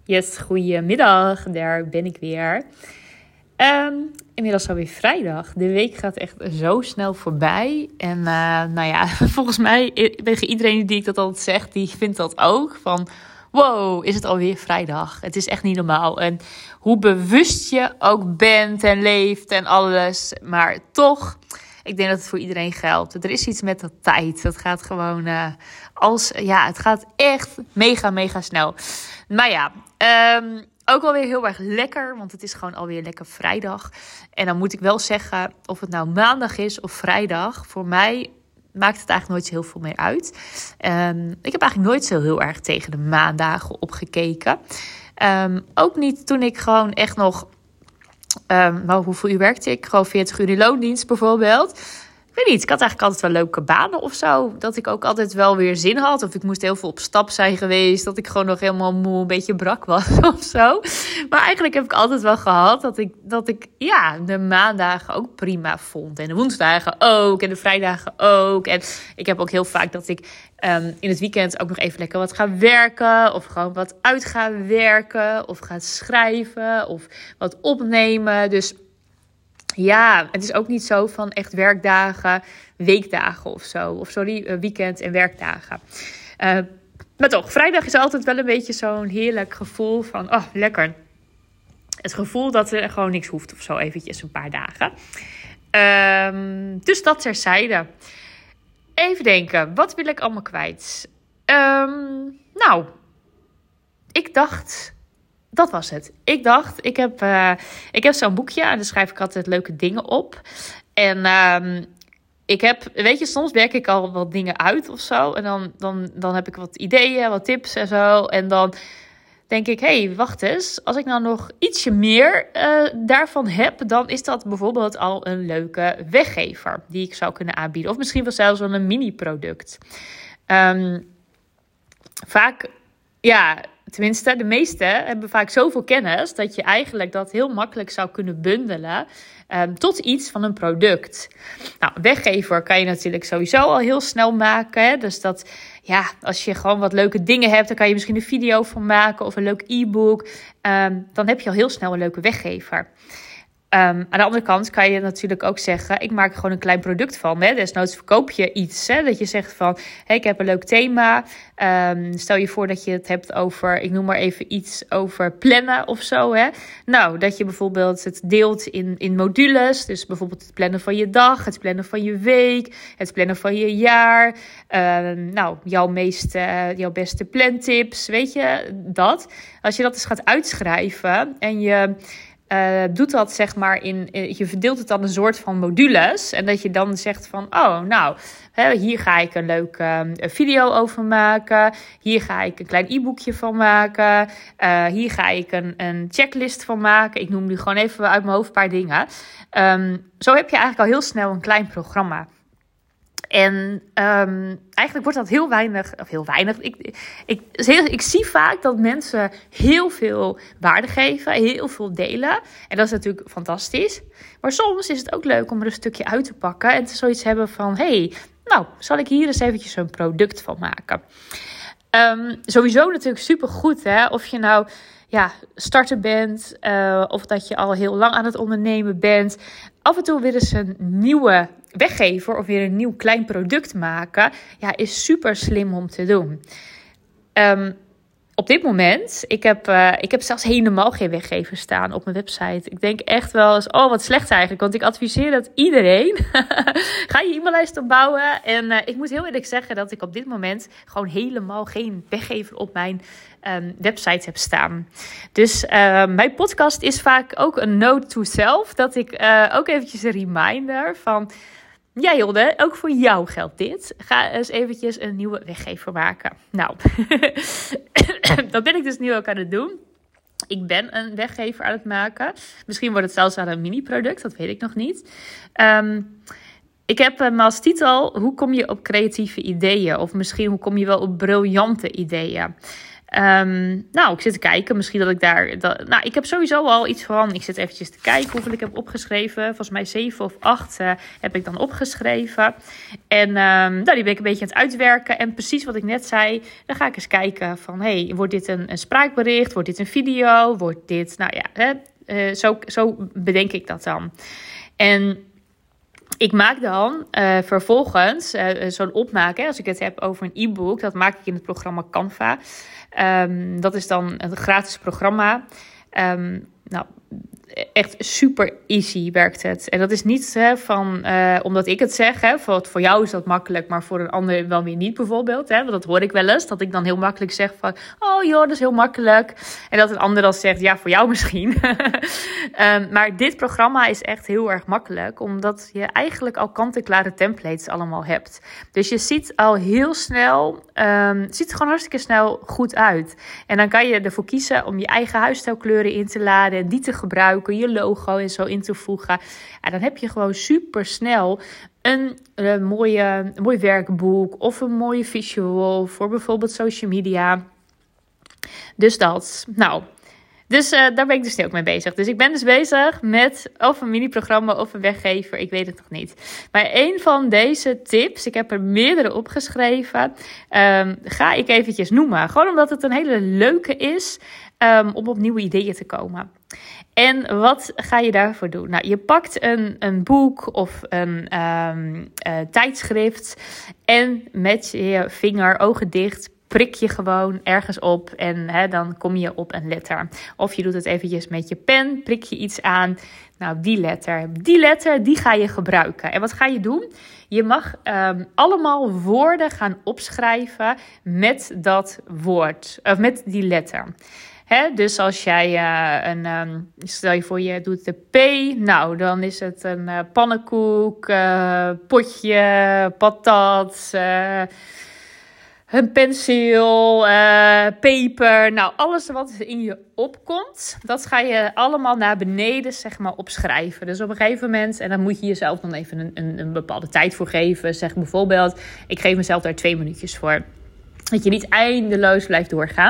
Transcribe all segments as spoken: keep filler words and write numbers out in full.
Yes, goedemiddag, daar ben ik weer. Um, inmiddels alweer vrijdag. De week gaat echt zo snel voorbij. En uh, nou ja, volgens mij, tegen iedereen die ik dat altijd zegt, die vindt dat ook. Van, wow, is het alweer vrijdag? Het is echt niet normaal. En hoe bewust je ook bent en leeft en alles. Maar toch, ik denk dat het voor iedereen geldt. Er is iets met de tijd. Dat gaat gewoon uh, als, ja, het gaat echt mega, mega snel. Maar ja, um, ook alweer heel erg lekker, want het is gewoon alweer lekker vrijdag. En dan moet ik wel zeggen, of het nou maandag is of vrijdag, voor mij maakt het eigenlijk nooit zo heel veel meer uit. Um, ik heb eigenlijk nooit zo heel erg tegen de maandagen opgekeken. Um, ook niet toen ik gewoon echt nog, um, nou, hoeveel uur werkte ik? Gewoon veertig uur in loondienst bijvoorbeeld. Ik weet niet, ik had eigenlijk altijd wel leuke banen of zo. Dat ik ook altijd wel weer zin had. Of ik moest heel veel op stap zijn geweest. Dat ik gewoon nog helemaal moe, een beetje brak was of zo. Maar eigenlijk heb ik altijd wel gehad dat ik, dat ik ja, de maandagen ook prima vond. En de woensdagen ook. En de vrijdagen ook. En ik heb ook heel vaak dat ik um, in het weekend ook nog even lekker wat ga werken. Of gewoon wat uit ga werken. Of ga schrijven. Of wat opnemen. Dus ja, het is ook niet zo van echt werkdagen, weekdagen of zo. Of sorry, weekend en werkdagen. Uh, maar toch, vrijdag is altijd wel een beetje zo'n heerlijk gevoel van, oh, lekker. Het gevoel dat er gewoon niks hoeft of zo, eventjes een paar dagen. Um, dus dat terzijde. Even denken, wat wil ik allemaal kwijt? Um, nou, ik dacht... Dat was het. Ik dacht, ik heb, uh, ik heb zo'n boekje en daar schrijf ik altijd leuke dingen op. En um, ik heb, weet je, soms werk ik al wat dingen uit of zo. En dan, dan, dan heb ik wat ideeën, wat tips en zo. En dan denk ik, hé, hey, wacht eens. Als ik nou nog ietsje meer uh, daarvan heb, dan is dat bijvoorbeeld al een leuke weggever die ik zou kunnen aanbieden. Of misschien wel zelfs wel een mini-product. Um, vaak, ja... Tenminste, de meesten hebben vaak zoveel kennis dat je eigenlijk dat heel makkelijk zou kunnen bundelen um, tot iets van een product. Nou, weggever kan je natuurlijk sowieso al heel snel maken. Hè? Dus dat, ja, als je gewoon wat leuke dingen hebt, dan kan je misschien een video van maken of een leuk e-book. Um, dan heb je al heel snel een leuke weggever. Um, aan de andere kant kan je natuurlijk ook zeggen, ik maak er gewoon een klein product van. Hè? Desnoods verkoop je iets. Hè? Dat je zegt van, hey, ik heb een leuk thema. Um, stel je voor dat je het hebt over, ik noem maar even iets over plannen of zo. Hè? Nou, dat je bijvoorbeeld het deelt in, in modules. Dus bijvoorbeeld het plannen van je dag, het plannen van je week, het plannen van je jaar. Um, nou, jouw, meest, uh, jouw beste plantips, weet je, dat. Als je dat eens gaat uitschrijven en je... Uh, doet dat zeg maar in, in, je verdeelt het dan een soort van modules. En dat je dan zegt van, oh nou, hè, hier ga ik een leuke uh, video over maken. Hier ga ik een klein e-boekje van maken. Uh, hier ga ik een, een checklist van maken. Ik noem nu gewoon even uit mijn hoofd een paar dingen. Um, zo heb je eigenlijk al heel snel een klein programma. En um, eigenlijk wordt dat heel weinig, of heel weinig, ik, ik, ik zie vaak dat mensen heel veel waarde geven, heel veel delen. En dat is natuurlijk fantastisch. Maar soms is het ook leuk om er een stukje uit te pakken en te zoiets hebben van, hey, nou, zal ik hier eens eventjes een product van maken. Um, sowieso natuurlijk supergoed, hè, of je nou... ja, starter bent, uh, of dat je al heel lang aan het ondernemen bent. Af en toe weer eens een nieuwe weggever of weer een nieuw klein product maken. Ja, is super slim om te doen. Um, op dit moment, ik heb, uh, ik heb zelfs helemaal geen weggever staan op mijn website. Ik denk echt wel eens, oh wat slecht eigenlijk. Want ik adviseer dat iedereen. Ga je e-maillijst opbouwen. En uh, ik moet heel eerlijk zeggen dat ik op dit moment gewoon helemaal geen weggever op mijn um, website heb staan. Dus uh, mijn podcast is vaak ook een note to self. Dat ik uh, ook eventjes een reminder van... Ja, Hilde, ook voor jou geldt dit. Ga eens eventjes een nieuwe weggever maken. Nou, dat ben ik dus nu ook aan het doen. Ik ben een weggever aan het maken. Misschien wordt het zelfs aan een mini-product, dat weet ik nog niet. Um, ik heb hem als titel, hoe kom je op creatieve ideeën? Of misschien, hoe kom je wel op briljante ideeën? Um, nou, ik zit te kijken. Misschien dat ik daar... Dat, nou, ik heb sowieso al iets van... Ik zit eventjes te kijken hoeveel ik heb opgeschreven. Volgens mij zeven of acht uh, heb ik dan opgeschreven. En um, nou, die ben ik een beetje aan het uitwerken. En precies wat ik net zei... Dan ga ik eens kijken van... Hey, wordt dit een, een spraakbericht? Wordt dit een video? Wordt dit... Nou ja, hè, uh, zo, zo bedenk ik dat dan. En... Ik maak dan uh, vervolgens uh, zo'n opmaak. Hè, als ik het heb over een e-book. Dat maak ik in het programma Canva. Um, dat is dan een gratis programma. Um, nou, echt super easy werkt het. En dat is niet hè, van, uh, omdat ik het zeg. Hè, voor, voor jou is dat makkelijk, maar voor een ander wel weer niet bijvoorbeeld. Hè, want dat hoor ik wel eens. Dat ik dan heel makkelijk zeg van, oh joh, dat is heel makkelijk. En dat een ander dan zegt, ja, voor jou misschien. um, maar dit programma is echt heel erg makkelijk. Omdat je eigenlijk al kant-en-klare templates allemaal hebt. Dus je ziet al heel snel, um, het ziet er gewoon hartstikke snel goed uit. En dan kan je ervoor kiezen om je eigen huisstijlkleuren in te laden. En die te gebruiken. Je logo en zo in te voegen. En dan heb je gewoon super snel een, een, mooie, een mooi werkboek of een mooie visual voor bijvoorbeeld social media. Dus dat. Nou, dus uh, daar ben ik dus nu ook mee bezig. Dus ik ben dus bezig met of een mini-programma of een weggever. Ik weet het nog niet. Maar een van deze tips, ik heb er meerdere opgeschreven, um, ga ik eventjes noemen. Gewoon omdat het een hele leuke is um, om op nieuwe ideeën te komen. En wat ga je daarvoor doen? Nou, je pakt een, een boek of een um, uh, tijdschrift en met je vinger, ogen dicht, prik je gewoon ergens op en hè, dan kom je op een letter. Of je doet het eventjes met je pen, prik je iets aan. Nou, die letter, die letter, die ga je gebruiken. En wat ga je doen? Je mag um, allemaal woorden gaan opschrijven met dat woord, of met die letter. He, dus als jij uh, een, um, stel je voor je doet de P, nou dan is het een uh, pannenkoek, uh, potje, patat, uh, een penseel, uh, peper. Nou, alles wat in je opkomt, dat ga je allemaal naar beneden zeg maar opschrijven. Dus op een gegeven moment, en dan moet je jezelf dan even een, een, een bepaalde tijd voor geven. Zeg bijvoorbeeld, ik geef mezelf daar twee minuutjes voor. Dat je niet eindeloos blijft doorgaan.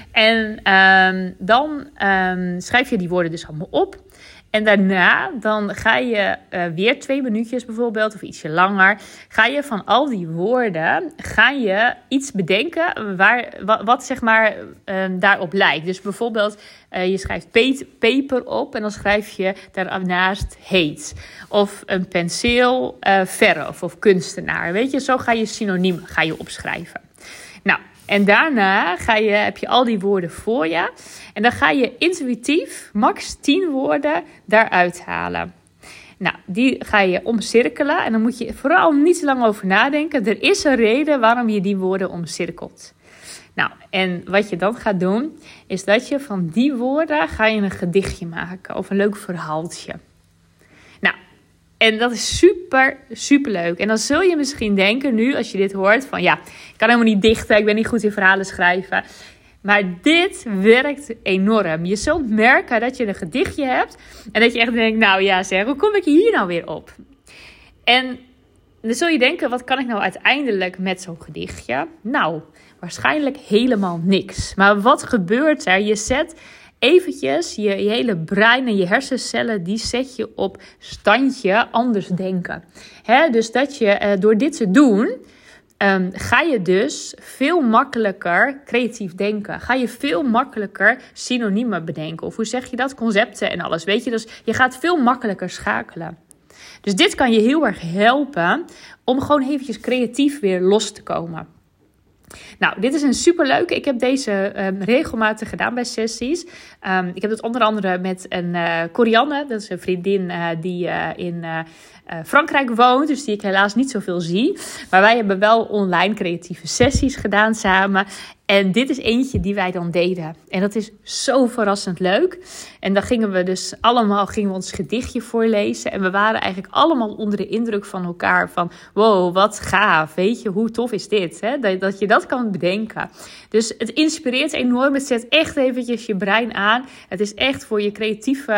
En um, dan um, schrijf je die woorden dus allemaal op. En daarna dan ga je uh, weer twee minuutjes bijvoorbeeld, of ietsje langer. Ga je van al die woorden, ga je iets bedenken waar, wat, wat zeg maar um, daarop lijkt. Dus bijvoorbeeld, uh, je schrijft pe- peper op en dan schrijf je daarnaast heet. Of een penseel, uh, verf of kunstenaar. Weet je, zo ga je synoniemen ga je opschrijven. Nou, en daarna ga je, heb je al die woorden voor je. En dan ga je intuïtief max tien woorden daaruit halen. Nou, die ga je omcirkelen. En dan moet je vooral niet te lang over nadenken. Er is een reden waarom je die woorden omcirkelt. Nou, en wat je dan gaat doen, is dat je van die woorden ga je een gedichtje maken. Of een leuk verhaaltje. Nou, en dat is super, super leuk. En dan zul je misschien denken nu, als je dit hoort, van ja, ik kan helemaal niet dichten, ik ben niet goed in verhalen schrijven. Maar dit werkt enorm. Je zult merken dat je een gedichtje hebt en dat je echt denkt, nou ja zeg, hoe kom ik hier nou weer op? En dan zul je denken, wat kan ik nou uiteindelijk met zo'n gedichtje? Nou, waarschijnlijk helemaal niks. Maar wat gebeurt er? Je zet eventjes je, je hele brein en je hersencellen, die zet je op standje anders denken. Hè? Dus dat je uh, door dit te doen, um, ga je dus veel makkelijker creatief denken. Ga je veel makkelijker synoniemen bedenken. Of hoe zeg je dat? Concepten en alles. Weet je, dus je gaat veel makkelijker schakelen. Dus dit kan je heel erg helpen om gewoon eventjes creatief weer los te komen. Nou, dit is een superleuke. Ik heb deze um, regelmatig gedaan bij sessies. Um, ik heb het onder andere met een uh, Corianne. Dat is een vriendin uh, die uh, in uh, uh, Frankrijk woont. Dus die ik helaas niet zoveel zie. Maar wij hebben wel online creatieve sessies gedaan samen. En dit is eentje die wij dan deden. En dat is zo verrassend leuk. En dan gingen we dus allemaal gingen we ons gedichtje voorlezen. En we waren eigenlijk allemaal onder de indruk van elkaar. Van wow, wat gaaf. Weet je, hoe tof is dit? Hè? Dat, dat je dat kan bedenken. Dus het inspireert enorm. Het zet echt eventjes je brein aan. Het is echt voor je creatieve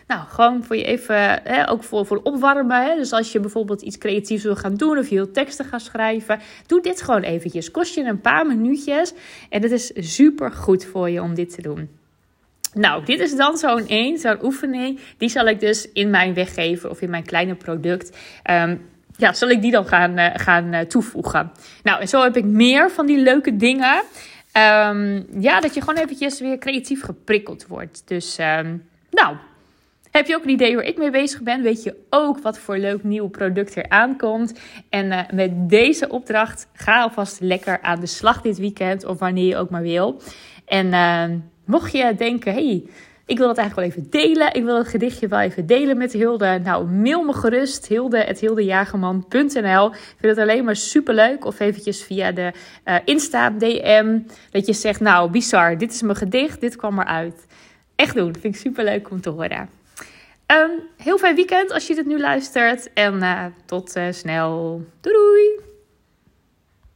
Nou, gewoon voor je even, hè, ook voor, voor opwarmen. Hè? Dus als je bijvoorbeeld iets creatiefs wil gaan doen of je wil teksten gaan schrijven, doe dit gewoon eventjes. Kost je een paar minuutjes en het is super goed voor je om dit te doen. Nou, dit is dan zo'n één, zo'n oefening. Die zal ik dus in mijn weggever of in mijn kleine product, um, ja, zal ik die dan gaan, uh, gaan uh, toevoegen. Nou, en zo heb ik meer van die leuke dingen. Um, ja, dat je gewoon eventjes weer creatief geprikkeld wordt. Dus, um, nou, heb je ook een idee waar ik mee bezig ben? Weet je ook wat voor leuk nieuw product er aankomt? En uh, met deze opdracht ga alvast lekker aan de slag dit weekend of wanneer je ook maar wil. En uh, mocht je denken, hey, ik wil dat eigenlijk wel even delen. Ik wil het gedichtje wel even delen met Hilde. Nou, mail me gerust, hilde at hildejagerman punt n l. Ik vind het alleen maar superleuk. Of eventjes via de uh, Insta D M. Dat je zegt, nou, bizar, dit is mijn gedicht, dit kwam eruit. Echt doen, vind ik superleuk om te horen. Um, heel fijn weekend als je dit nu luistert. En uh, tot uh, snel. Doei doei!